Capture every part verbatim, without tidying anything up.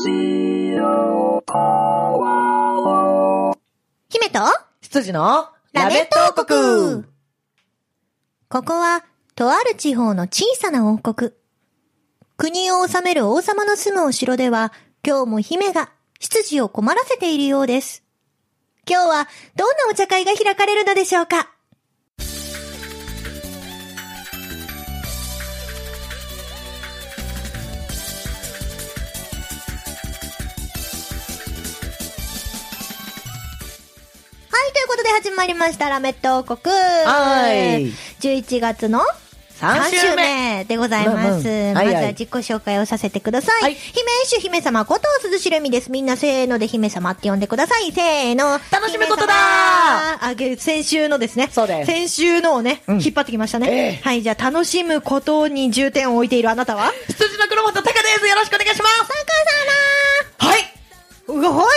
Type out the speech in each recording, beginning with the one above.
姫と羊のラメット王国。ここは、とある地方の小さな王国。国を治める王様の住むお城では、今日も姫が執事を困らせているようです。今日はどんなお茶会が開かれるのでしょうか。はい、ということで始まりましたラメット王国。 はい。 じゅういちがつのさんしゅうめでございます。うんうん、まずは自己紹介をさせてください。はい、姫主姫様こと鈴しれみです。みんなせーので姫様って呼んでください。せーの。 楽しむことだーあ、先週のですね。 そうです。 先週のをね、うん、引っ張ってきましたね。えー、はい、じゃあ楽しむことに重点を置いているあなたは羊の黒本タカです。よろしくお願いします。 タカ様はい。 うわ、はい。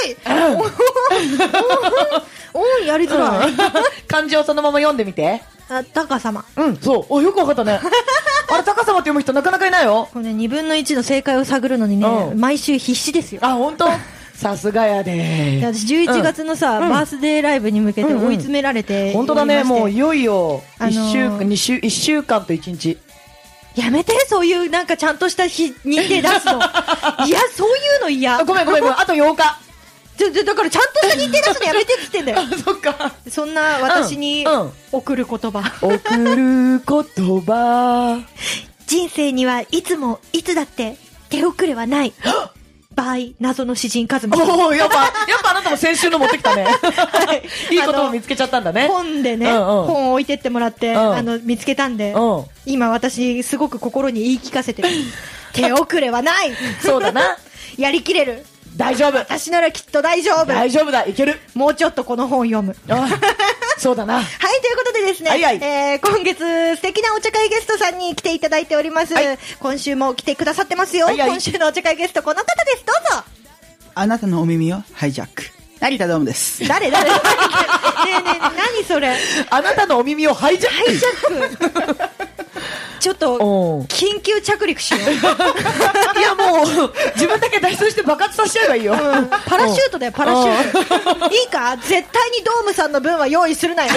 おん、おん、やりづらい。 漢字をそのまま読んでみて。 あ、タカ様。 うん、そう。お、よくわかったね。あれ、タカ様って読む人なかなかいないよ。 これね、にぶんのいちの正解を探るのにね、うん、毎週必死ですよ。 あ、ほんとさすがやで。 私、じゅういちがつのさ、うん、バースデーライブに向けて追い詰められて、うんうん。 ほんとだね、もういよいよ、いっしゅうかん、に週、いっしゅうかんといちにち。 やめて、そういうなんかちゃんとした日、日程出すの。いや、そういうの嫌。 ごめんごめんごめん、あとようか。 だからちゃんとした日程出すのやめてって言ってんだよ。 あ、そっか。 そんな私に送る言葉。 送る言葉。 人生にはいつもいつだって手遅れはない。バイ謎の詩人カズマ。 おお、やっぱ、やっぱあなたも先週の持ってきたね。はい。いいことを見つけちゃったんだね。 本でね、うんうん、本を置いてってもらって、うん、あの、見つけたんで、うん、今私すごく心に言い聞かせてる。手遅れはない。 そうだな。やりきれる。 大丈夫。 私ならきっと大丈夫。 大丈夫だ。いける。 もうちょっとこの本読む。 あそうだな。 はい、ということでですね。はいはい、えー、今月素敵なお茶会ゲストさんに来ていただいております。はい、今週も来てくださってますよ。はいはい、今週のお茶会ゲストこの方です。どうぞ。 あなたのお耳をハイジャック。成田ドームです。 誰誰ねえねえ、何それ。 あなたのお耳をハイジャック。 ハイジャック。ちょっと緊急着陸しよう。 いやもう自分だけ脱出して爆発させちゃえばいいよ。うん、 パラシュートだよ、パラシュート。いいか、絶対にドームさんの分は用意するなよ。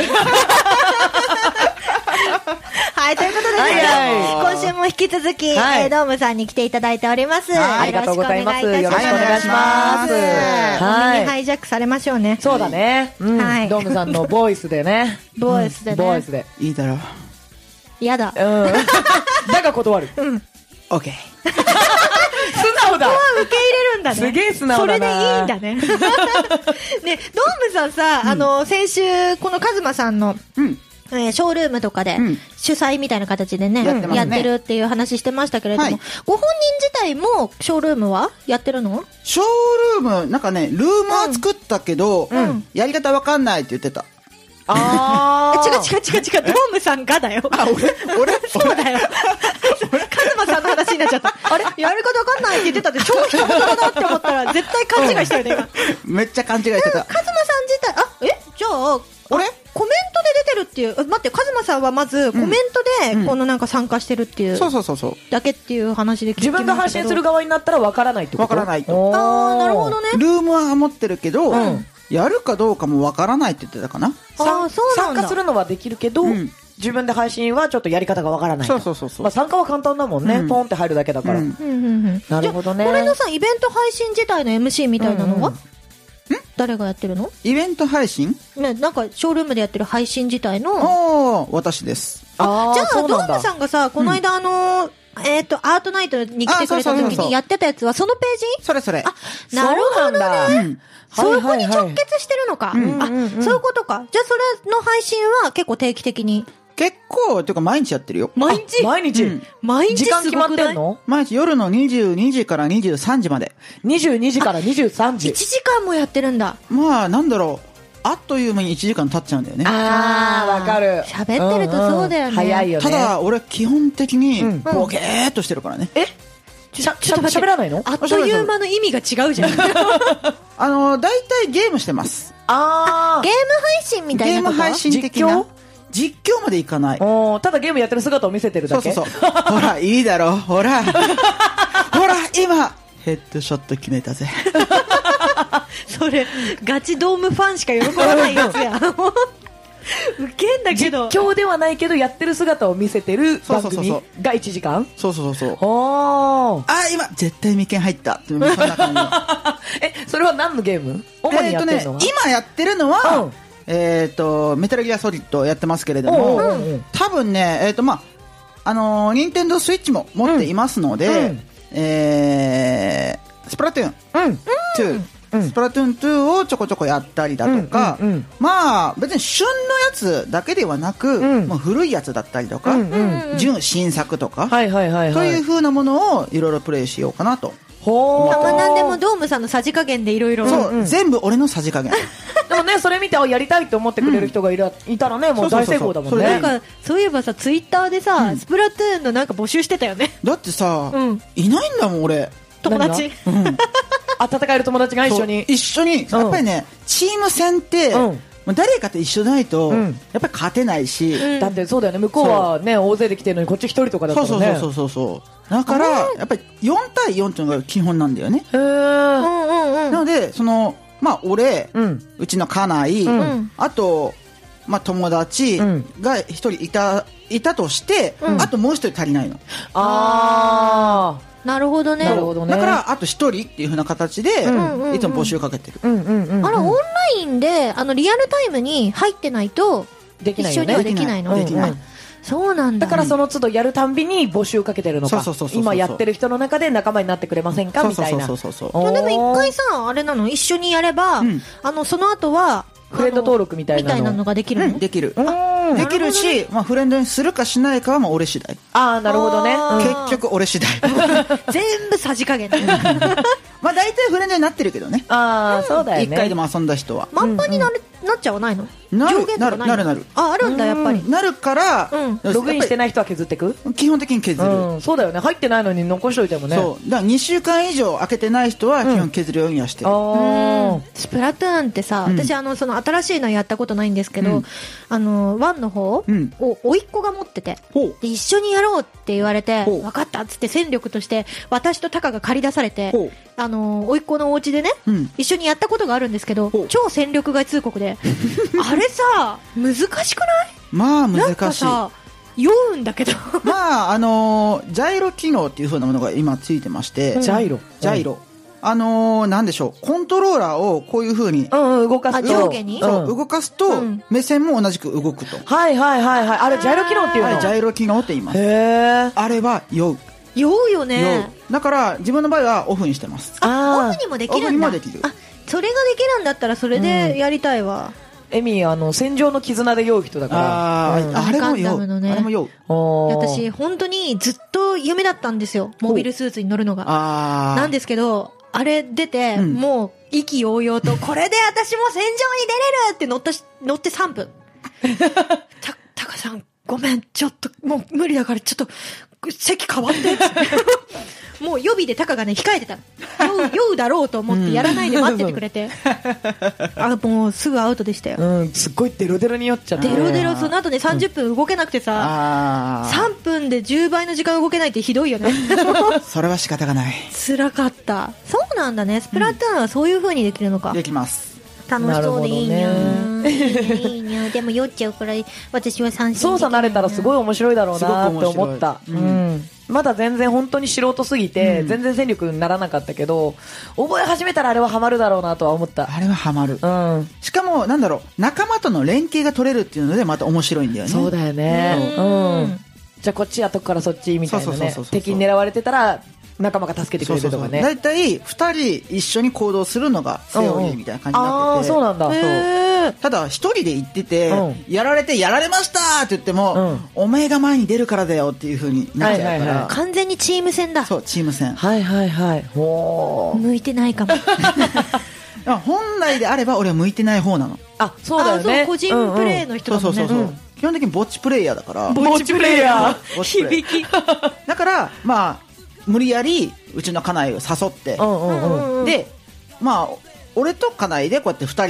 はい、ということで、ね、はいはい、今週も引き続き、はい、えー、ドームさんに来ていただいております。 ありがとうございます。よろしくお願いします。 はい、お耳ハイジャックされましょうね。 そうだね。うん、はい、ドームさんのボイスでね。 ボイスでね。 ボイスで。 いいだろう。 やだ。 うん。だが断る。 うん。 オッケー。 素直だ。 ここは受け入れるんだね。 すげえ素直だな。 それでいいんだね。ね、ドームさんさ、うん、あの、先週、このカズマさんの、うん、えー、ショールームとかで、うん、主催みたいな形でね、うん、やってるっていう話してましたけれども、はい、ご本人自体もショールームはやってるの？ ショールーム、なんかね、ルームは作ったけど、うん、やり方わかんないって言ってた。 ああ。違う違う違う違う、ドームさんがだよ。 あ、俺俺そうだよ。カズマさんの話になっちゃった。あれやり方わかんないって言ってたって超人事だなって思ったら絶対勘違いしたよね、今。 めっちゃ勘違いしてた。 カズマさん自体、あ、えじゃあ、 俺コメントで出てるっていう、待って、カズマさんはまずコメントでこのなんか参加してるっていう、 そうそうそうそうだけっていう話で聞きましたけど、 自分が発信する側になったらわからないってこと？ わからないと。 ああ、なるほどね。 ルームは持ってるけど、うん、やるかどうかもわからないって言ってたかな。 ああ、そうなんだ。 参加するのはできるけど、うん、自分で配信はちょっとやり方がわからない。 そうそうそうそう。 まあ参加は簡単だもんね。うん、ポンって入るだけだから。うんうんうん、なるほどね。 これのさ、イベント配信自体の エムシー みたいなのは、うんうん、誰がやってるの？ イベント配信？ ね、なんかショールームでやってる配信自体の。 ああ、私です。 あ、じゃあドームさんがさ、この間あのー、うん、えっ、ー、とアートナイトに来てくれた時にやってたやつはそのページ？ それそれ。 あ、なるほどね。うん、そこに直結してるのか。うん、あ、うんうんうん、そういうことか。じゃあそれの配信は結構定期的に。 結構っていうか毎日やってるよ。 毎日？ 毎日、うん、 毎日時間決まってんの？ 毎日夜のにじゅうにじからにじゅうさんじまで。 にじゅうにじからにじゅうさんじ。 いちじかんもやってるんだ。 まあなんだろう。あっという間にいちじかん経っちゃうんだよね。 あー、わかる。 喋ってるとそうだよね。うんうん、 早いよね。 ただ俺基本的にボケーっとしてるからね。 うん、え？しゃ、しゃ、喋らないの？ あっという間の意味が違うじゃん。 あのだいたいゲームしてます。 あー、ゲーム配信みたいなこと？ ゲーム配信的な。実況までいかない。 お、ただゲームやってる姿を見せてるだけ。 そうそうそう。ほらいいだろ。ほらほら今ヘッドショット決めたぜ。 それ、ガチドームファンしか喜ばないやつや。ウケんだけど。 実況ではないけど、やってる姿を見せてる番組そうそうそうがいちじかん。 そうそうそうそう。 おー。 あー、今、絶対眉間入ったって、そんな感じ。 え、それは何のゲーム？主にやってるのは、 えーとね、今やってるのは、 うんえっ、と、メタルギアソリッドやってますけれども、 うんうんうん、 多分ね、えっ、と、まあ、あのー、ニンテンドースイッチも持っていますので、 うんうん、 えー、スプラトゥーンうん。 ツー、うん、スプラトゥーンツーをちょこちょこやったりだとか、 うんうんうん、 まあ、別に旬のやつだけではなく、 うん、 もう古いやつだったりとか、 うんうん、 純新作とか、 はいはいはいはい、 という風なものをいろいろプレイしようかなと。 ほー。 たまなんでもドームさんのさじ加減でいろいろ。 そう、うん、全部俺のさじ加減。 でもね、それ見てやりたいと思ってくれる人がいら、いたらね、もう大成功だもんね。 なんかそういえばさ、ツイッターでさ、うん、スプラトゥーンのなんか募集してたよね。 だってさ、 うん、 いないんだもん俺。 友達。 うん、 戦える友達が一緒に。 一緒に、やっぱりね、うん、チーム戦って、うん、誰かと一緒じゃないと、うん、やっぱり勝てないし、 うん、だってそうだよね、向こうはね大勢で来てるのにこっち一人とかだったらね。 そうそうそうそうそうだからやっぱりよんたいよんっていうのが基本なんだよね。 へー、 うんうんうん、 なのでそのまあ俺、うん、うちの家内、うん、あとまあ友達が一人いたいたとして、うん、あともう一人足りないの。 ああ。なるほどね。 なるほどね。 だからあと一人っていう風な形で、うんうん、いつも募集かけてる。 うんうんうんうん、あらオンラインであのリアルタイムに入ってないとできないよね。 一緒にはできないの。 できない。 そうなんだ。 だからその都度やるたんびに募集かけてるのか。 そうそうそうそう。 今やってる人の中で仲間になってくれませんかみたいな。 そうそうそうそう。 まあでも一回さあれなの一緒にやれば、うん、あのその後はフレンド登録みたいなのみたいなのができるの、 うん、できる。できるし、まあ、フレンドにするかしないかはもう俺次第。 ああ、なるほどね。 結局俺次第。 全部さじ加減。 まあ大体フレンドになってるけどね。 ああ、そうだよね。 一回でも遊んだ人は。 満帆になる、なっちゃわないの？ なる、なる、なる、なる。 あ、あるんだ、やっぱり。 なるから、 ログインしてない人は削っていく？ 基本的に削る。 そうだよね。入ってないのに残しといてもね。 そう。だからにしゅうかん以上開けてない人は基本削るようにはしてる。 スプラトゥーンってさ、私あの、その新しいのやったことないんですけど、あの、ワンの方を、甥っ子が持ってて、で、一緒にやろうって言われて、分かったっつって戦力として、私とタカが借り出されて、あの、甥っ子のお家でね、一緒にやったことがあるんですけど、超戦力外通告で、あれさ、難しくない？ まあ難しい。 なんかさ、酔うんだけど。 まあ、あのー、ジャイロ機能っていう風なものが今ついてまして、 ジャイロジャイロ。あのー、なんでしょう、コントローラーをこういう風に、 うんうん、動かすと、 上下にそう、動かすと、うん、目線も同じく動くと。 はいはいはいはい。あれ、ジャイロ機能っていうの？ はい、ジャイロ機能って言います。 へー。 あれは酔う。 酔うよね。 だから、自分の場合はオフにしてます。 あ、オフにもできるんだ。 オフにもできる。 あ、それができるんだったらそれでやりたいわ。 うん、エミ、あの、戦場の絆で酔う人だから。 あ、うん、あれも酔う。ね、あれも酔う。 私、本当にずっと夢だったんですよ。モビルスーツに乗るのが。 あなんですけど、あれ出て、うん、もう意気揚々と、これで私も戦場に出れるって乗ったし、乗ってさんぷん。た、タカさん、ごめん、ちょっと、もう無理だから、ちょっと、席変わってって。もう予備でタカがね、控えてた。酔う、酔うだろうと思ってやらないで待っててくれて。あ、もうすぐアウトでしたよ。 うん、すっごいデロデロに酔っちゃった。 デロデロ、その後ね、さんじゅっぷん動けなくてさ、うん、さんぷんでじゅうばいの時間動けないってひどいよね。 それは仕方がない。 辛かった。そうなんだね。スプラトゥーンはそういう風にできるのか。 できます。 楽しそうでいいにゃー。いいにゃー。でも酔っちゃうから、私は三振。 操作慣れたらすごい面白いだろうなって思った。うん。まだ全然本当に素人すぎて、うん、全然戦力にならなかったけど、覚え始めたらあれはハマるだろうなとは思った。 あれはハマる。 うん。 しかも、なんだろう、仲間との連携が取れるっていうのでまた面白いんだよね。 そうだよね。うん。うん、じゃあこっちやっとくからそっちみたいなね。敵に狙われてたら、仲間が助けてくれるとかね。 だいたいふたり一緒に行動するのがセオリーみたいな感じになってて。 ああ、そうなんだ。 そう。ただ一人で行ってて、うん、やられてやられましたって言っても、うん、お前が前に出るからだよっていう風になっちゃうから、はいはいはい、 完全にチーム戦だ。 そう、チーム戦。 はいはいはい。 ほー。向いてないかも。 本来であれば俺は向いてない方なの。 あ、そうだよね。 そう、個人プレーの人だもんね。 そうそうそうそう。基本的にぼっちプレイヤーだから。 ぼっちプレイヤー。 響き。 だから、まあ、無理やりうちの家内を誘って、うんうんうん、で、まあ、俺と家内でこうやってふたりで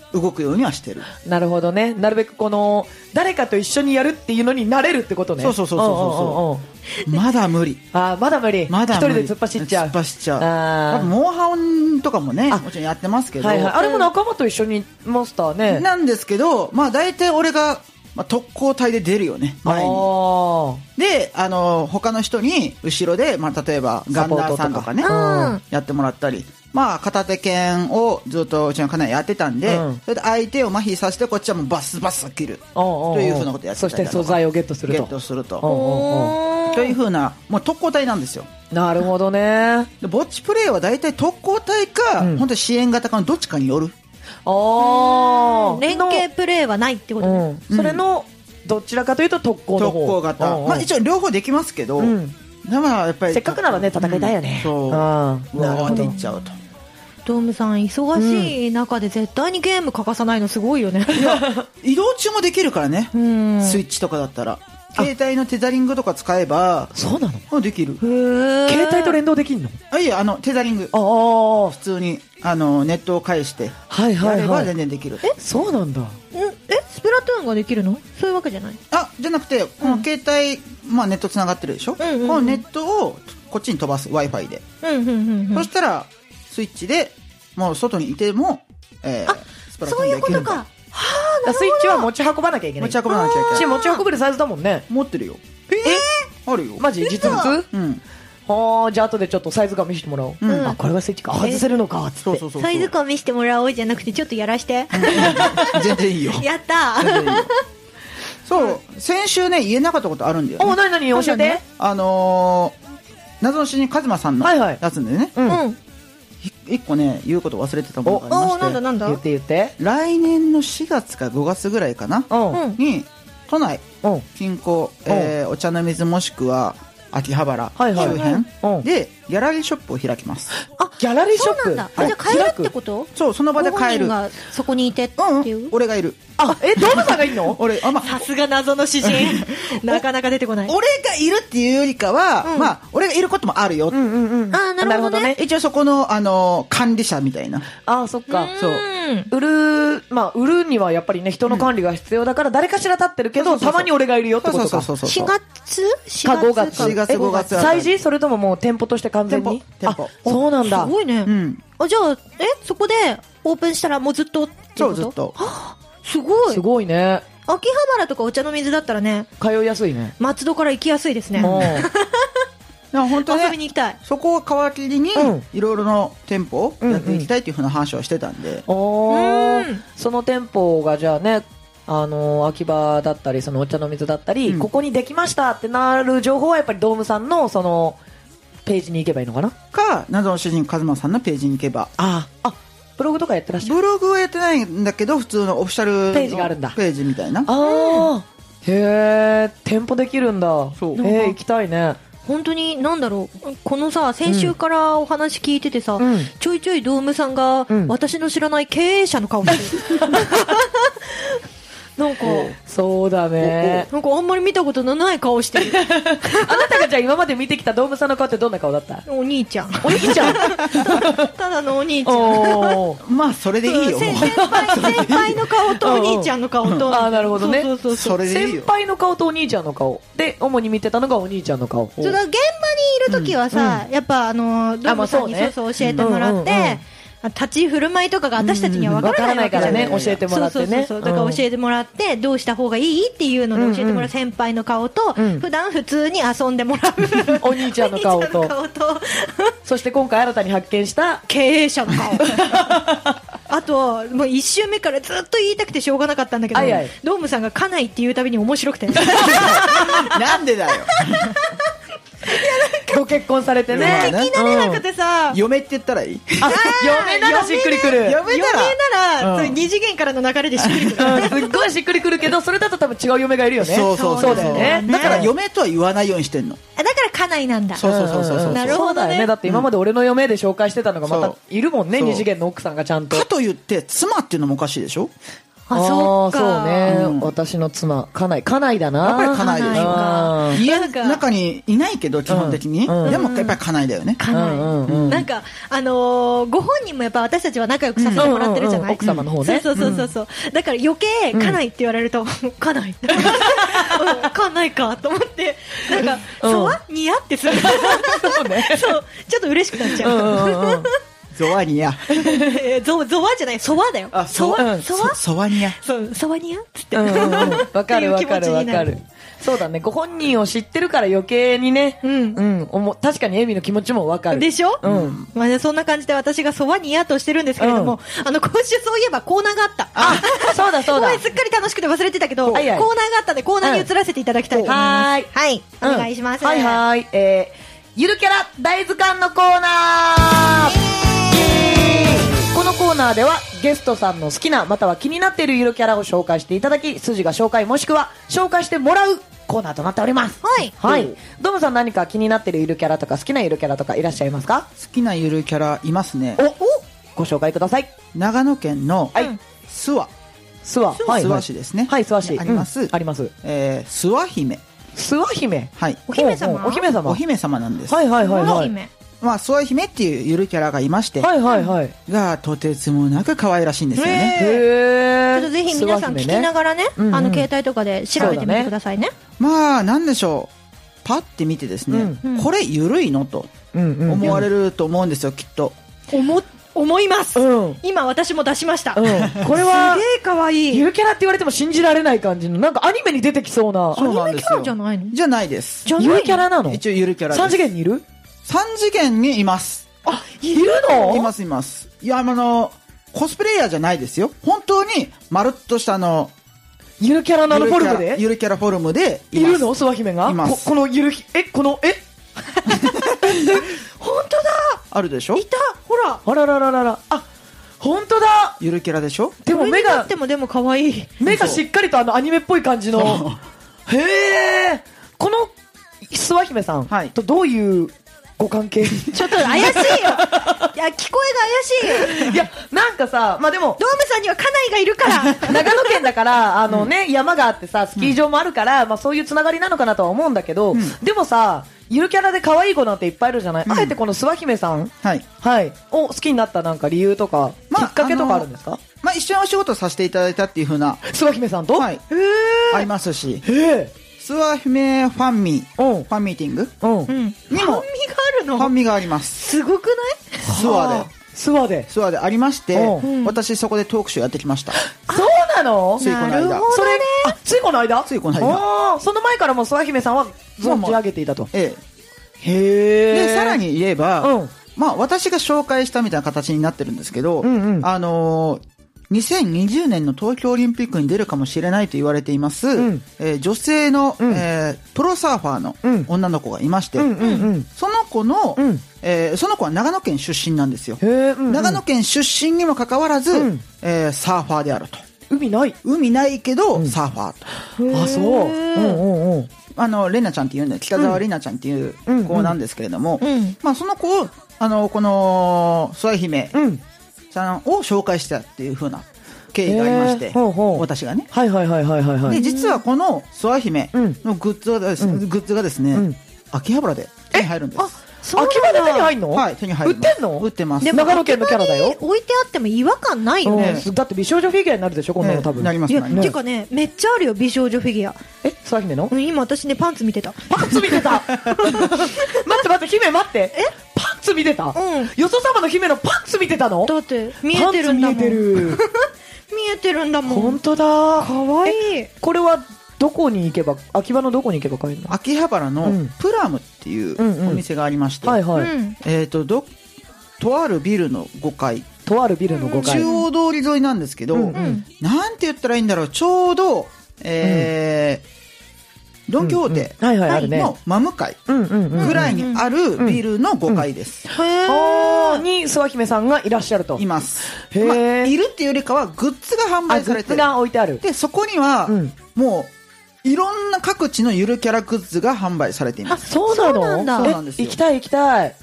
動くようにはしてる。 なるほどね。なるべくこの誰かと一緒にやるっていうのに慣れるってことね。 そうそうそうそうそう。まだ無理。 あまだ無理。 まだ無理。 一人で突っ走っちゃう。 突っ走っちゃう。あモンハンとかもね、もちろんやってますけど。 はいはい。あれも仲間と一緒にモンスターね。 なんですけど、まあ大体俺が、まあ、特攻隊で出るよね、前に。で、あの、他の人に後ろで、まあ例えばガンナーさんとかね、やってもらったり。まあ、片手剣をずっとうちの家内やってたんで、うん、それで相手を麻痺させて、こっちはもうバスバス切る。というふうなことやってたりだとか。そして素材をゲットすると。 ゲットすると。というふうな、もう特攻隊なんですよ。 なるほどね。 でぼっちプレイは大体特攻隊か、うん、本当に支援型かのどっちかによる。 ああ。連携プレイはないってことね。 うん、それの、どちらかというと特攻の方。 特攻型。まあ一応両方できますけど、うん、まあやっぱりせっかくならね、戦いたいよね。 うん、そう。わーっていっちゃうと。 ドームさん忙しい中で絶対にゲーム欠かさないのすごいよね、 うん、いや移動中もできるからね、うん、スイッチとかだったら携帯のテザリングとか使えばそうなのできる。 へ携帯と連動できるの？ あいやあのテザリングあ普通にあのネットを介してやれば全然できる。 はいはいはい、えそうなんだ。 えスプラトゥーンができるの？そういうわけじゃない？ あじゃなくてこの携帯、うんまあ、ネットつながってるでしょ、うんうんうん、このネットをこっちに飛ばす Wi-Fi で、うんうんうんうん、そしたらスイッチでもう外にいても、えー、スプラトゥーンできるんだ。そういうことか。はあ、スイッチは持ち運ばなきゃいけない。 持ち運ばなきゃいけない。 持ち運べるサイズだもんね。 持ってるよ。 えー、あるよ。 マジ実物？ うん。 はあ、じゃあ後でちょっとサイズ感見せてもらおう。うん、あ、これがスイッチか。外せるのか。つって。 そうそうそう。 サイズ感見せてもらおうじゃなくてちょっとやらして。 全然いいよ。 やったー。 そう、先週ね言えなかったことあるんだよね。 お、なになに教えて。 あのー、謎の主人カズマさんのやつでね。 うん。 一個ね言うこと忘れてたものがありまして。 なんだなんだ。 言って言って。 来年のしがつかごがつぐらいかな。に都内近郊、えー、お茶の水もしくは秋葉原周辺でギャラリーショップを開きます。 あ、ギャラリーショップ。 そうなんだ。じゃあ買えるってこと？ そう、その場で買える。 ご本人がそこにいてっていう。 俺がいる。 あ、え、ドームさんがいるの？ 俺、あ、まあ、 さすが謎の詩人。なかなか出てこない。 俺がいるっていうよりかは、まあ、俺がいることもあるよ。 うんうんうん。あ、なるほどね。 一応そこの、あの、管理者みたいな。 あ、そっか。そう。売る、まあ、売るにはやっぱりね、人の管理が必要だから、誰かしら立ってるけど、たまに俺がいるよってことか。 そうそうそう。 しがつ？ かごがつ。 しがつごがつ。 催事？それとももう店舗として完全に？ 店舗。 そうなんだ。 すごいね。うん。あ、じゃあ、え、そこでオープンしたらもうずっとってこと？ そう、ずっと。 すごい。 すごいね。 秋葉原とかお茶の水だったらね、 通いやすいね。 松戸から行きやすいですね。 本当ね、 遊びに行きたい。 そこを皮切りにいろいろな店舗をやっていきたいというふうな話をしてたんで、 おその店舗がじゃあね、あの秋葉だったりそのお茶の水だったり、うん、ここにできましたってなる情報はやっぱりドームさんのそのページに行けばいいのかなか、謎の主人カズマさんのページに行けば。 ああ、ブログとかやってらっしゃる？ ブログはやってないんだけど、普通のオフィシャルページがあるんだ。 ページみたいな。 ああ、へえ、店舗できるんだ。そう。えー、行きたいね。 本当に何だろう、このさ先週からお話聞いててさ、うん、ちょいちょいドームさんが、うん、私の知らない経営者の顔してる。なんかそうだね、 なんかあんまり見たことのない顔してる。 あなたがじゃあ今まで見てきたドームさんの顔ってどんな顔だった？ お兄ちゃん。 お兄ちゃん。 ただのお兄ちゃん。 まあそれでいいよ。 先輩先輩の顔とお兄ちゃんの顔と。 ああ、なるほどね。 そうそうそう、それでいいよ。 先輩の顔とお兄ちゃんの顔で主に見てたのがお兄ちゃんの顔。 そうだ、現場にいる時はさ、うん、やっぱあのドームさんにそうそう教えてもらって。立ち振る舞いとかが私たちには分からないからね、 教えてもらってね。 そうそうそう、だから教えてもらってどうした方がいいっていうので教えてもらう先輩の顔と、普段普通に遊んでもらうお兄ちゃんの顔と、そして今回新たに発見した経営者の顔。あともういち週目からずっと言いたくてしょうがなかったんだけど、はいはい、ドームさんが家内っていうたびに面白くて。 なんでだよ。 ご結婚されてね、 聞き慣れなくてさ、 嫁って言ったらいい？ あ、嫁ならしっくりくる。 嫁なら二次元からの流れでしっくりくる。 すっごいしっくりくるけど、それだと多分違う嫁がいるよね。 そうそうそうだよね。だから嫁とは言わないようにしてんの。 だから家内なんだ。 そうそうそうそう。 なるほどね。 だって今まで俺の嫁で紹介してたのがまたいるもんね、二次元の奥さんがちゃんと。 かと言って妻っていうのもおかしいでしょ？ あ、そうか。 そうね、 うん、 私の妻、家内、家内だな。 やっぱり家内でしょ。家の中にいないけど、基本的に。うん、でもやっぱり家内だよね。 家内。うんうん、なんか、あのー、ご本人もやっぱ私たちは仲良くさせてもらってるじゃない、うんうんうん、 奥様の方ね。 そうそうそうそう。うん、だから余計、家内って言われると、家内。家内かと思って、なんか、そわにやってする。そうね。そう、ちょっと嬉しくなっちゃう。うんうんうんゾワニヤ。 ゾ、ゾワじゃない、ソワだよ。 あ、ソワ、ソワソワニヤ。 そう、ソワニヤつって。 わ、うんうん、かるわかるわかる。そうだね、ご本人を知ってるから余計にね、うん、うん、おも確かにエミの気持ちもわかる。 でしょうん。まあね、そんな感じで私がソワニヤとしてるんですけれども、うん、あの、今週そういえばコーナーがあった。 あ、そうだそうだ。 すっかり楽しくて忘れてたけど、はいはい、コーナーがあったんで、コーナーに移らせていただきたいと思います。うん、はい。お願いします。 はいはい。えー、ゆるキャラ大図鑑のコーナーこのコーナーではゲストさんの好きなまたは気になっているゆるキャラを紹介していただき、筋が紹介もしくは紹介してもらうコーナーとなっております。 はい。 はい。ドムさん何か気になっているゆるキャラとか好きなゆるキャラとかいらっしゃいますか？ 好きなゆるキャラいますね。 お、おご紹介ください。 長野県の諏訪。 諏訪。 諏訪市ですね。 はい、諏訪市。 あります。 あります。 えー、諏訪姫。 諏訪姫。 はい。 お姫様。 お姫様。 お姫様なんです。 はいはいはいはい。 まあ、諏訪姫っていうゆるキャラがいまして、 はいはいはい。 が、とてつもなく可愛らしいんですよね。 へー。ちょっとぜひ皆さん聞きながらね、あの、携帯とかで調べてみてくださいね。 まあ、なんでしょう。パッて見てですね、これゆるいのと思われると思うんですよ、きっと。 思、思います。今私も出しました。これは、 すげえ可愛い。 ゆるキャラって言われても信じられない感じの、なんかアニメに出てきそうな。 そうなんですよ。 アニメキャラじゃないの？ じゃないです。 ゆるキャラなの？ 一応ゆるキャラです。 三次元にいる？ 三次元にいます。 あ、いるの？ いますいます。いや、あの、コスプレイヤーじゃないですよ。本当に、まるっとしたあの、 ゆるキャラのあのフォルムでゆるキャラフォルムでいるの？諏訪姫が？ います。 こ、このゆる、え、この、え本当だ！ あるでしょ？ いた！ほら！ あららららら。あ、本当だ！ ゆるキャラでしょ？ でも目が、でもでも可愛い。 目がしっかりとあのアニメっぽい感じの。へえ。この、諏訪姫さんとどういうご関係？ ちょっと怪しいよ。いや、聞こえが怪しいよ。 いや、なんかさ、まあでも、 ドームさんには家内がいるから。 長野県だから、あのね、うん、山があってさ、スキー場もあるから、うん、まあそういうつながりなのかなとは思うんだけど、うん、でもさ、ゆるキャラで可愛い子なんていっぱいいるじゃない、うん、あえてこの諏訪姫さん、はい。はい。を好きになったなんか理由とか、まあ、きっかけとかあるんですか？ まあ一緒にお仕事させていただいたっていう風な。 諏訪姫さんと？ はい。へー。ありますし。へー。諏訪姫ファンミー、ファンミーティングにも、ファンミがあるの？ ファンミがあります。 すごくない？ 諏訪で。 諏訪で。 諏訪でありまして、私そこでトークショーやってきました。 そうなの？ ついこの間。 それ、あ、ついこの間？ ついこの間。 その前からも諏訪姫さんは存じ上げていたと。 ええ。へえ。で、さらに言えば、まあ私が紹介したみたいな形になってるんですけど、あの、にせんにじゅうねんの東京オリンピックに出るかもしれないと言われています、うんえー、女性の、うんえー、プロサーファーの女の子がいまして、うんうんうん、その子の、うんえー、その子は長野県出身なんですよ。うんうん、長野県出身にもかかわらず、うんえー、サーファーであると。 海ない海ないけど、うん、サーファーと。あ、そう。うんうんうん。 あの、レナちゃんっていうんだよ。北沢レナちゃんっていう子なんですけれども、うんうん、まあその子を、あの、この、諏訪姫、うんさんを紹介したっていう風な経緯がありまして、ほうほう私がね。 はいはいはいはいはい。 で、実はこの諏訪姫のグッズがです、うん、グッズがですね、うん、秋葉原で手に入るんです。あ、 そう秋葉原で手に入るの？ はい、手に入る。 売ってんの？ 売ってます。 でも長野県のキャラだよ。 置いてあっても違和感ないよね。 うん、だって美少女フィギュアになるでしょ、こんなの多分。 なりますね。ていうかね、めっちゃあるよ、美少女フィギュア。 え、諏訪姫の？ うん、今私ね、パンツ見てた。 パンツ見てた待って待って、姫待って。えパンツ見てた？うん。よそ様の姫のパンツ見てたの？ だって、見えてるんだもん。 見えてる。 見えてるんだもん。 本当だ。 かわいい。 これは、どこに行けば、秋葉のどこに行けば買えるの？ 秋葉原のプラムっていうお店がありまして、はいはい。えっと、ど、とあるビルのごかい。 とあるビルのごかい。 中央通り沿いなんですけど、うんうん、なんて言ったらいいんだろう、ちょうど、えー、うんドンキホーテの真向かいぐらいにあるビルのごかいです。 へー。に諏訪姫さんがいらっしゃると。 います。へー。まあ、いるっていうよりかはグッズが販売されてる。 グッズが置いてある。 で、そこには、うん、もう、いろんな各地のゆるキャラグッズが販売されています。 あ、そうなの？ そうなんだ。 そうなんですよ。行きたい行きたい。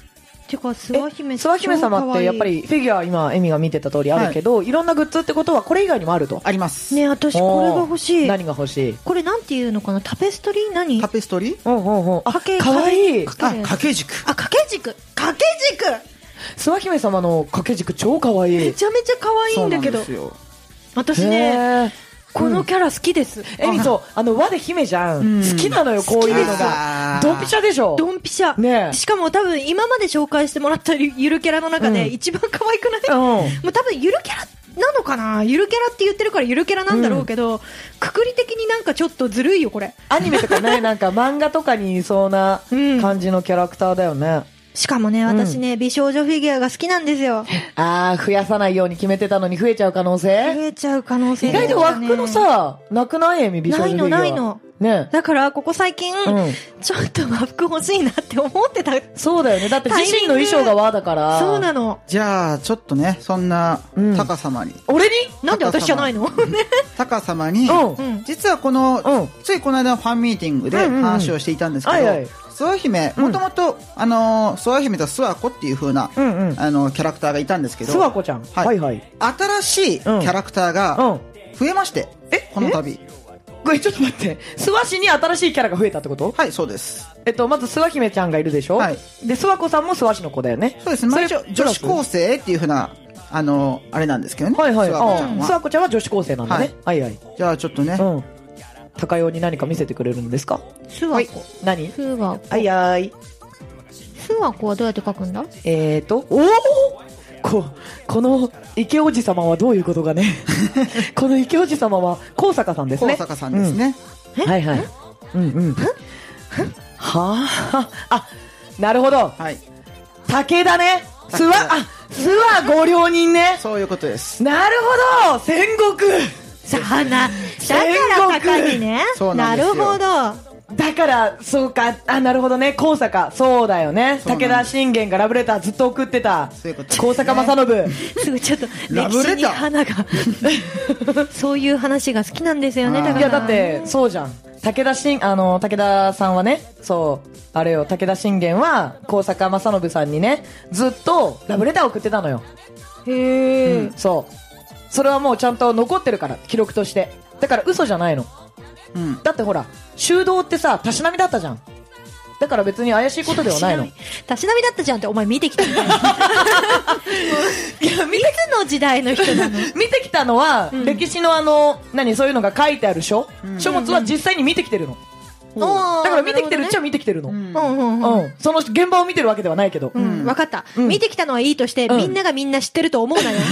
てか、諏訪姫諏訪姫様ってやっぱりフィギュア今エミが見てた通りあるけど、はい、いろんなグッズってことはこれ以外にもあると。 あります。 ね、私これが欲しい。 何が欲しい？ これなんていうのかな、タペストリー？何？ タペストリー？ うんうんうん。あ、 かけ、 かわいい。 あ、掛け軸。 あ、掛け軸。掛け軸。 諏訪姫様の掛け軸超かわいい。 めちゃめちゃかわいいんだけど。 そうなんですよ。 私ね、このキャラ好きです。 エミ、そう、あの和で姫じゃん。好きなのよ、こういうのが。ドンピシャでしょ。 ドンピシャ。 ね。 しかも多分今まで紹介してもらったゆるキャラの中で一番可愛くない？もう多分ゆるキャラなのかな、ゆるキャラって言ってるからゆるキャラなんだろうけど、くくり的になんかちょっとずるいよ、これ。 アニメとかね、なんか漫画とかにいそうな感じのキャラクターだよね。 しかもね、私ね、うん、美少女フィギュアが好きなんですよ。 ああ、増やさないように決めてたのに増えちゃう可能性？ 増えちゃう可能性、 ね。意外と枠のさ、なくない？エミ、美少女フィギュア。 ないの、ないの。 ね。 だから、ここ最近、うん、ちょっと和服欲しいなって思ってた。 そうだよね。だって自身の衣装が和だから。 そうなの。 じゃあ、ちょっとね、そんな、タカ様に。 うん、俺に？ なんで私じゃないの？ タカ様に、うん、実はこの、うん、ついこの間のファンミーティングで話をしていたんですけど、諏訪姫、もともと、あの、諏訪姫と諏訪子っていう風な、うんうん、あの、キャラクターがいたんですけど、 諏訪子ちゃん。はい、はいはい。 新しいキャラクターが増えまして、うん、えこの度。 これちょっと待って、諏訪市に新しいキャラが増えたってこと？ はい、そうです。 えっと、まず諏訪姫ちゃんがいるでしょ？はい。で、諏訪子さんも諏訪市の子だよね。 そうですね。まあ、女子高生っていう風な、あの、あれなんですけどね。 はいはい。諏訪子ちゃんは。諏訪子ちゃんは女子高生なんだね。はい、はい、はい。 じゃあちょっとね。うん。 高代に何か見せてくれるんですか？ 諏訪子。 何？ 諏訪子。 はいはい。 諏訪子はどうやって書くんだ？ えーと、おおこ、この池おじ様はどういうことかね。この池おじ様は高坂さんですね。 高坂さんですね。 うん、はいはい。うんうん。はあ、あ、なるほど。はい。武田ね。諏訪、あ、諏訪ご両人ね。 そういうことです。 なるほど戦国さあな、だから高にね。 そうなんですよ。 なるほど。 だから、そうか、あ、なるほどね、高坂、そうだよね。武田信玄がラブレターずっと送ってた。そういうこと、ね。高坂正信。 すぐちょっと、歴史に花が。そういう話が好きなんですよね、武田。 いや、だって、そうじゃん。武田信、あの、武田さんはね、そう、あれよ、武田信玄は、高坂正信さんにね、ずっとラブレターを送ってたのよ。 へー。 うん、そう。それはもうちゃんと残ってるから、記録として。だから嘘じゃないの。うん、だってほら、修道ってさ、たしなみだったじゃん。だから別に怪しいことではないの。 たしなみだったじゃんってお前見てきたみたいな。いや、見てつの時代の人なの？ 見てきたのは、うん、歴史のあの、何、そういうのが書いてある書、うん、書物は実際に見てきてるの。うん、だから見てきてるっちゃ見てきてるの。うん。うん。その現場を見てるわけではないけど。 うん。わかった。うん、見てきたのはいいとして、うん、みんながみんな知ってると思うなよ。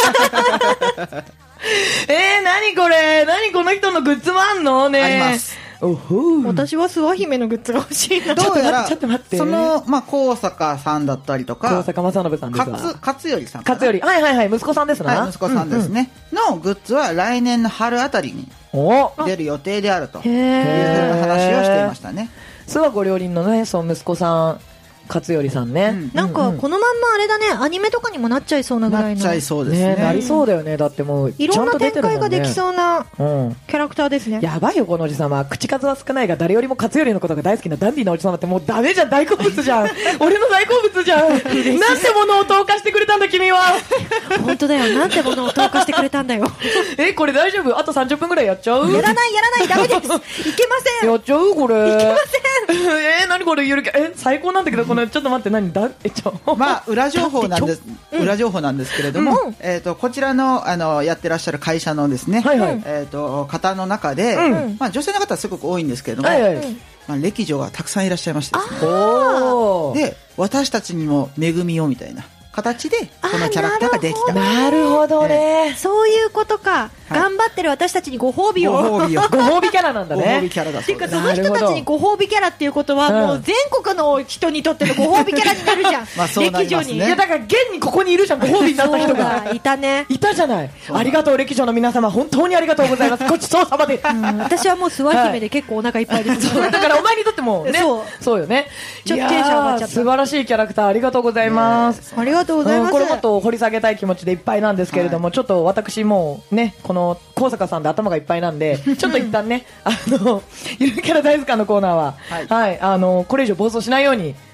えー、なにこれ？なにこの人のグッズもあんのね。 あります。 おほ私は諏訪姫のグッズが欲しいな。 どうやら、ちょっと待って。その、まあ、高坂さんだったりとか。 高坂正信さんですわ。 勝、勝頼さん。 勝頼。はいはいはい、息子さんですな。 はい、息子さんですね。うんうん、のグッズは来年の春あたりに出る予定であるというふうな話をしていましたね。 諏訪ご両人のね、その息子さん。勝頼さんね、うん、 なんかこのまんまあれだね、アニメとかにもなっちゃいそうなぐらいの。 なっちゃいそうですね。 ね、なりそうだよね。だってもういろんな展開ができそうなキャラクターですね。 うん、やばいよこのおじさま。口数は少ないが誰よりも勝頼のことが大好きなダンディーなおじさまってもうダメじゃん。大好物じゃん。俺の大好物じゃん。なんてものを投下してくれたんだ君は。 本当だよ。なんてものを投下してくれたんだよ。 え、これ大丈夫？あとさんじゅっぷんぐらいやっちゃう？ やらないやらない、ダメです。いけません。 やっちゃうこれ。 いけません。 えー、何これゆるキャラ。え、最高なんだけどこのちょっと待って何。えちょまあ裏情報なんです、うん、裏情報なんですけれども、うん、えっ、ー、とこちらのあのやってらっしゃる会社のですね、はいはい、えっ、ー、と方の中で、うん、まあ女性の方はすごく多いんですけれども、はいはい、まあ歴女がたくさんいらっしゃいましてですね。で、私たちにも恵みをみたいな形でこのキャラクターができた。 なるほどね。 そういうことか。頑張ってる私たちにご褒美を。 ご褒美を。ご褒美キャラなんだね。 ご褒美キャラだそうです。 ていうかその人たちにご褒美キャラっていうことはもう全国の人にとってのご褒美キャラになるじゃん。 まあそうなりますね。 歴女に。いやだから現にここにいるじゃん。ご褒美になった人が。 いたね。 いたじゃない。ありがとう歴女の皆様本当にありがとうございます。ごちそうさまで。 私はもう諏訪姫で結構お腹いっぱいです。 だからお前にとってもね。そうそうよね。 ちょっとテンション上がっちゃった。 素晴らしいキャラクターありがとうございます。 ありがとうございます。 これもっと掘り下げたい気持ちでいっぱいなんですけれども、ちょっと私もうねこの高坂さんで頭がいっぱいなんでちょっと一旦ねあのゆるキャラ大図鑑のコーナーははいあのこれ以上暴走しないように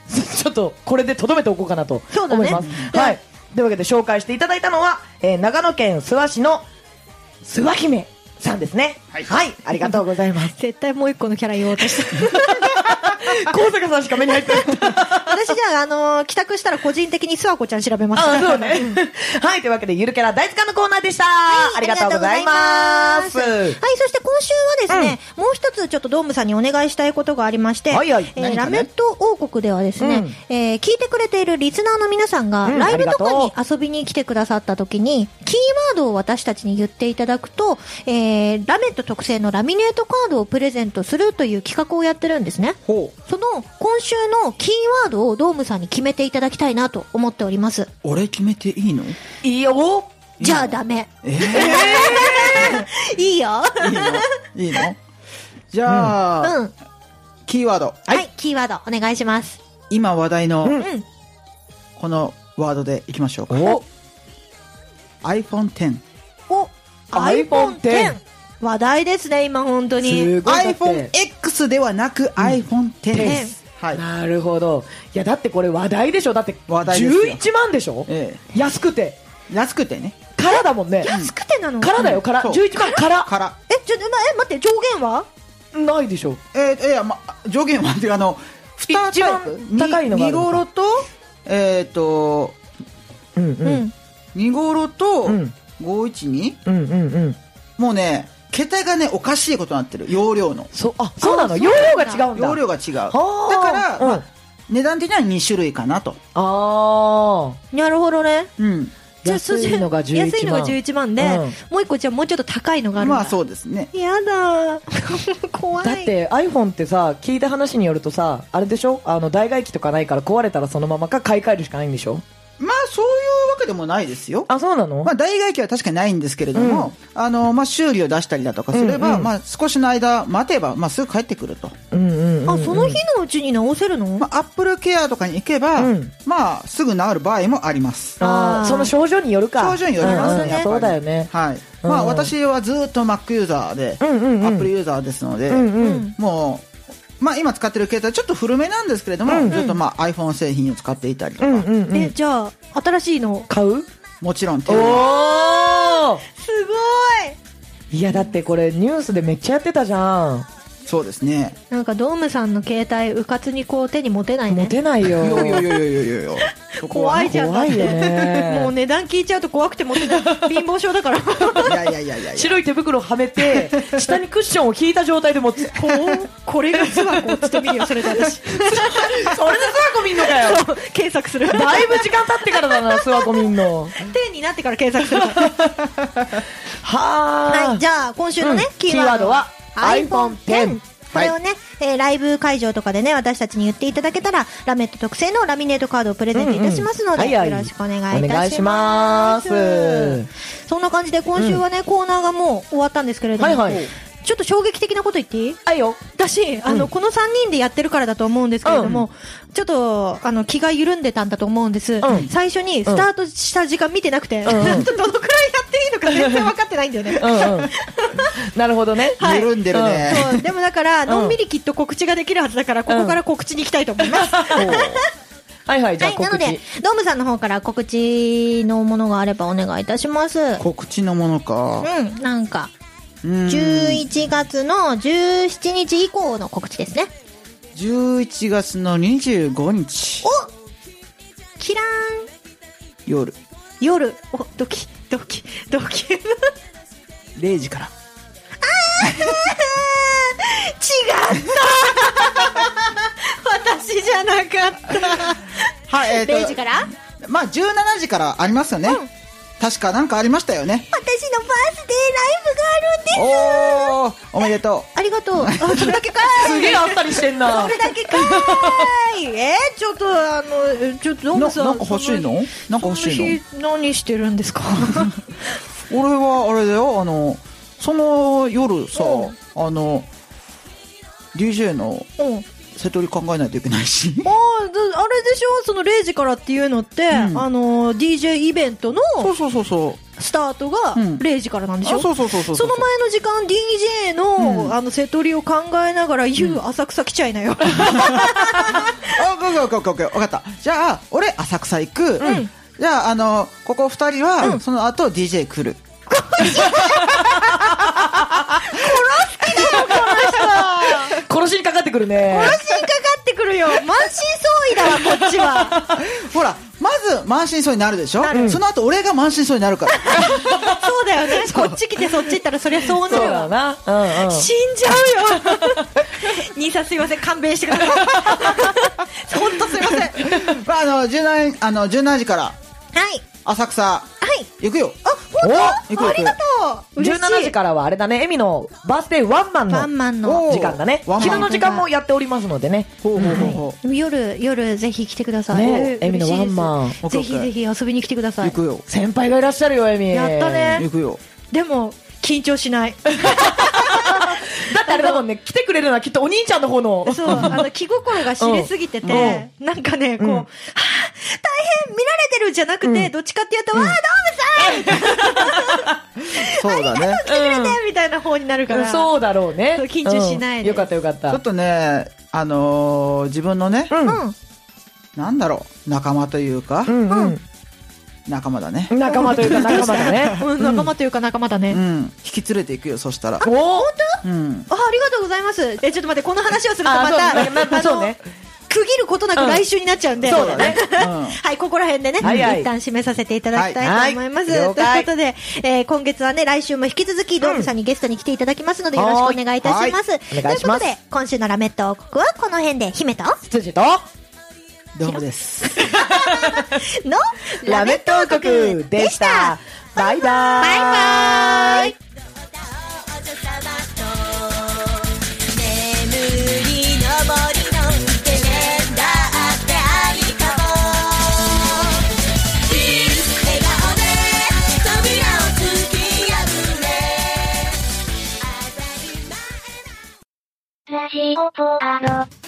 ちょっとこれでとどめておこうかなと思います。 そうだね。 はい。というわけで紹介していただいたのは、えー、長野県諏訪市の諏訪姫さんですね。はい。はい。ありがとうございます。 絶対もう一個のキャラ言おうとした。 高坂さんしか目に入ってない。 私じゃあ、あのー、帰宅したら個人的に諏訪子ちゃん調べます。 あ、そうね。はい、というわけで、ゆるキャラ大図鑑のコーナーでした。はい、ありがとうございます。はい、 そして今週はですね、うん、もう一つちょっとドームさんにお願いしたいことがありまして、はいはい、えー、ラメット王国ではですね、うん、えー、聞いてくれているリスナーの皆さんが、ライブとかに遊びに来てくださった時に、キーワードを私たちに言っていただくと、えー、ラメット特製のラミネートカードをプレゼントするという企画をやってるんですね。ほう。その今週のキーワードをドームさんに決めていただきたいなと思っております。 俺決めていいの？ いいよ。 じゃあダメ。 えー、 いいよ。 いいの？いいの？じゃあ、うん、キーワード。 はい、はい、キーワードお願いします。 今話題の、うん、このワードでいきましょうか。お アイフォンテン。 お アイフォンテン。話題ですね、今本当に。 アイフォンエックス ではなく、うん、アイフォンテン です。 はい、なるほど。いやだってこれ話題でしょ。だってじゅういちまんでしょ、ええ、安くて安くてね。 からだもんね。 安くてなの？ からだよ。からじゅういちまんからからえちょ、ま、え待って、上限はないでしょ。 えー、いや、ま、上限はってあのにタイプ、一番高いのがあるのか。にごろとえっ、ー、とうんうん、にごろとごひゃくじゅうに、うんうんうん、もうね桁がねおかしいことになってる。容量の。 そあそうなの。容量が違うんだ。 容量が違う。だから、うん、まあ、値段的にはにしゅるいかなと。 ああなるほどね。うん。 安いのがじゅういちまん。 安いのがじゅういちまんで、うん、もう一個じゃあもうちょっと高いのがあるんだ。 まあそうですね。 やだ怖い。 だって iPhone ってさ、聞いた話によるとさ、あれでしょ、あの代替機とかないから壊れたらそのままか買い替えるしかないんでしょ。 まあそういうわけでもないですよ。 あ、そうなの？ まあ代替機は確かにないんですけれども、うん、あのまあ修理を出したりだとかすれば、うんうん、まあ少しの間待てばまあすぐ帰ってくると。 うんうんうんうん、あ、その日のうちに直せるの？ まあアップルケアとかに行けば、うん、まあすぐ治る場合もあります。 ああ、その症状によるか。 症状によりますね。うんうん、 そうだよね。 はい。うん、まあ私はずっと Mac ユーザーで、うんうんうん、アップルユーザーですので、うんうん、もう。まあ、今使ってる携帯ちょっと古めなんですけれども、うんうん、ちょっとまあ iPhone 製品を使っていたりとか、うんうんうん、えじゃあ新しいの買う？ もちろん。 おーすごい。いやだってこれニュースでめっちゃやってたじゃん。 そうですね。 なんかドームさんの携帯うかつにこう手に持てないね。 持てないよ。 いやいやいやいやいやいや怖いじゃん。 怖いよね。 もう値段聞いちゃうと怖くて持てない。貧乏症だから。いやいやいやいや。 白い手袋はめて下にクッションを引いた状態で持つ。 こうこれが諏訪子つってみるよそれで私。それで諏訪子見んのかよ。 そう検索する。 だいぶ時間経ってからだな諏訪子見んの。 手になってから検索する。 はー。 はい、じゃあ今週のね、うん、キーワードは アイフォンテン。これをね、はい、えー、ライブ会場とかでね、私たちに言っていただけたら、ラメット特製のラミネートカードをプレゼントいたしますので、うんうん、はいはい、よろしくお願いいたします。お願いします。そんな感じで今週はね、うん、コーナーがもう終わったんですけれども、はいはい、ちょっと衝撃的なこと言っていい？ はいよ。 私、あの、うん、このさんにんでやってるからだと思うんですけれども、うん、ちょっと、あの、気が緩んでたんだと思うんです。うん、最初にスタートした時間見てなくて、うん、どのくらいやっていいのか全然分かってないんだよね。うんうん、 なるほどね。 はい、緩んでるね。 そう、でもだから、のんびりきっと告知ができるはずだから、ここから告知に行きたいと思います。 はいはい、じゃあ告知。 はい、なので、ドームさんの方から告知のものがあればお願いいたします。 告知のものか。 うん、なんか。じゅういちがつのじゅうしちにち以降の告知ですね。 じゅういちがつのにじゅうごにち。 おキラーン。 夜。 夜。お、ドキ、ドキ、ドキ。 れいじから。あー違った私じゃなかったはい、えーと、れいじからまあじゅうしちじからありますよね、うん、確かなんかありましたよね。 私のバースデーライブがあるんです。 おーおめでとう。 ありがとう。あ、それだけかーい。すげえあったりしてんな。 それだけかーい。えー、ちょっとあのちょっとドームさんなんか欲しいの？なんか欲しいの？何してるんですか？ 俺はあれだよ、あのその夜さ、うん、あの ディージェー の瀬戸り考えないといけないし。 ああ、あれでしょ、そのれいじからっていうのって、うん、あの、ディージェー イベントの、 そうそうそうそう。 スタートがれいじからなんでしょ、うん、 そうそうそうそう。 その前の時間 ディージェー の、うん、あの、瀬戸りを考えながら、ゆう、うん、浅草来ちゃいなよ。 あ、オッケーオッケーオッケーオッケー。わかった。じゃあ、俺、浅草行く。うん、じゃあ、あの、ここ二人は、うん、その後 ディージェー 来る。殺す気だよ、この人。殺しにかかってくるね。 殺しにかかってくるよ。満身創痍だわ、こっちは。 ほら、まず満身創痍になるでしょ、うん、その後俺が満身創痍になるから。 そうだよね。こっち来てそっち行ったらそりゃそうなるわ。 そうだな。うんうん、 死んじゃうよ。兄さんすいません、勘弁してください。ほんとすいません。 まあ、あの、じゅうなな、あの、じゅうしちじから。はい。浅草。はい。行くよ。 あ、ほんと？ありがとう。 じゅうしちじからはあれだね、エミのバースデーワンマンの。ワンマンの時間だね。昼の時間もやっておりますのでね。 ほうほうほうほう。夜、夜ぜひ来てください。ね、 エミのワンマン。 ぜひぜひ遊びに来てください。 行くよ。 先輩がいらっしゃるよ、エミ。 やったね。 行くよ。 でも、緊張しない。 だってあれだもんね、来てくれるのはきっとお兄ちゃんの方の。 そう、あの、気心が知れすぎてて、うん、なんかね、こう、うん、はぁ、大変見られてるじゃなくて、うん、どっちかっていうと、うん、わー、ドームさんそうだね。 来てくれて、みたいな方になるから。 そうだろうね。 緊張しないで、 うん。よかったよかった。 ちょっとね、あのー、自分のね、うん、なんだろう、仲間というか、うんうん、仲間だね。 仲間というか仲間だね。 うん、仲間というか仲間だね。 うん。引き連れていくよ、そしたら。 お、ほんと？うん。あ、ありがとうございます。え、ちょっと待って、この話をするとまた、そうね。区切ることなく来週になっちゃうんで。 そうだね。 はい、ここら辺でね、一旦締めさせていただきたいと思います。ということで、今月はね、来週も引き続き、ドームさんにゲストに来ていただきますので、よろしくお願いいたします。 お願いします。 ということで、今週のラメット王国はこの辺で、姫と、 羊と、 どうもです。 の、 ラメット王国でした。バイバーイ。バイバーイ。 ラジオポアロ。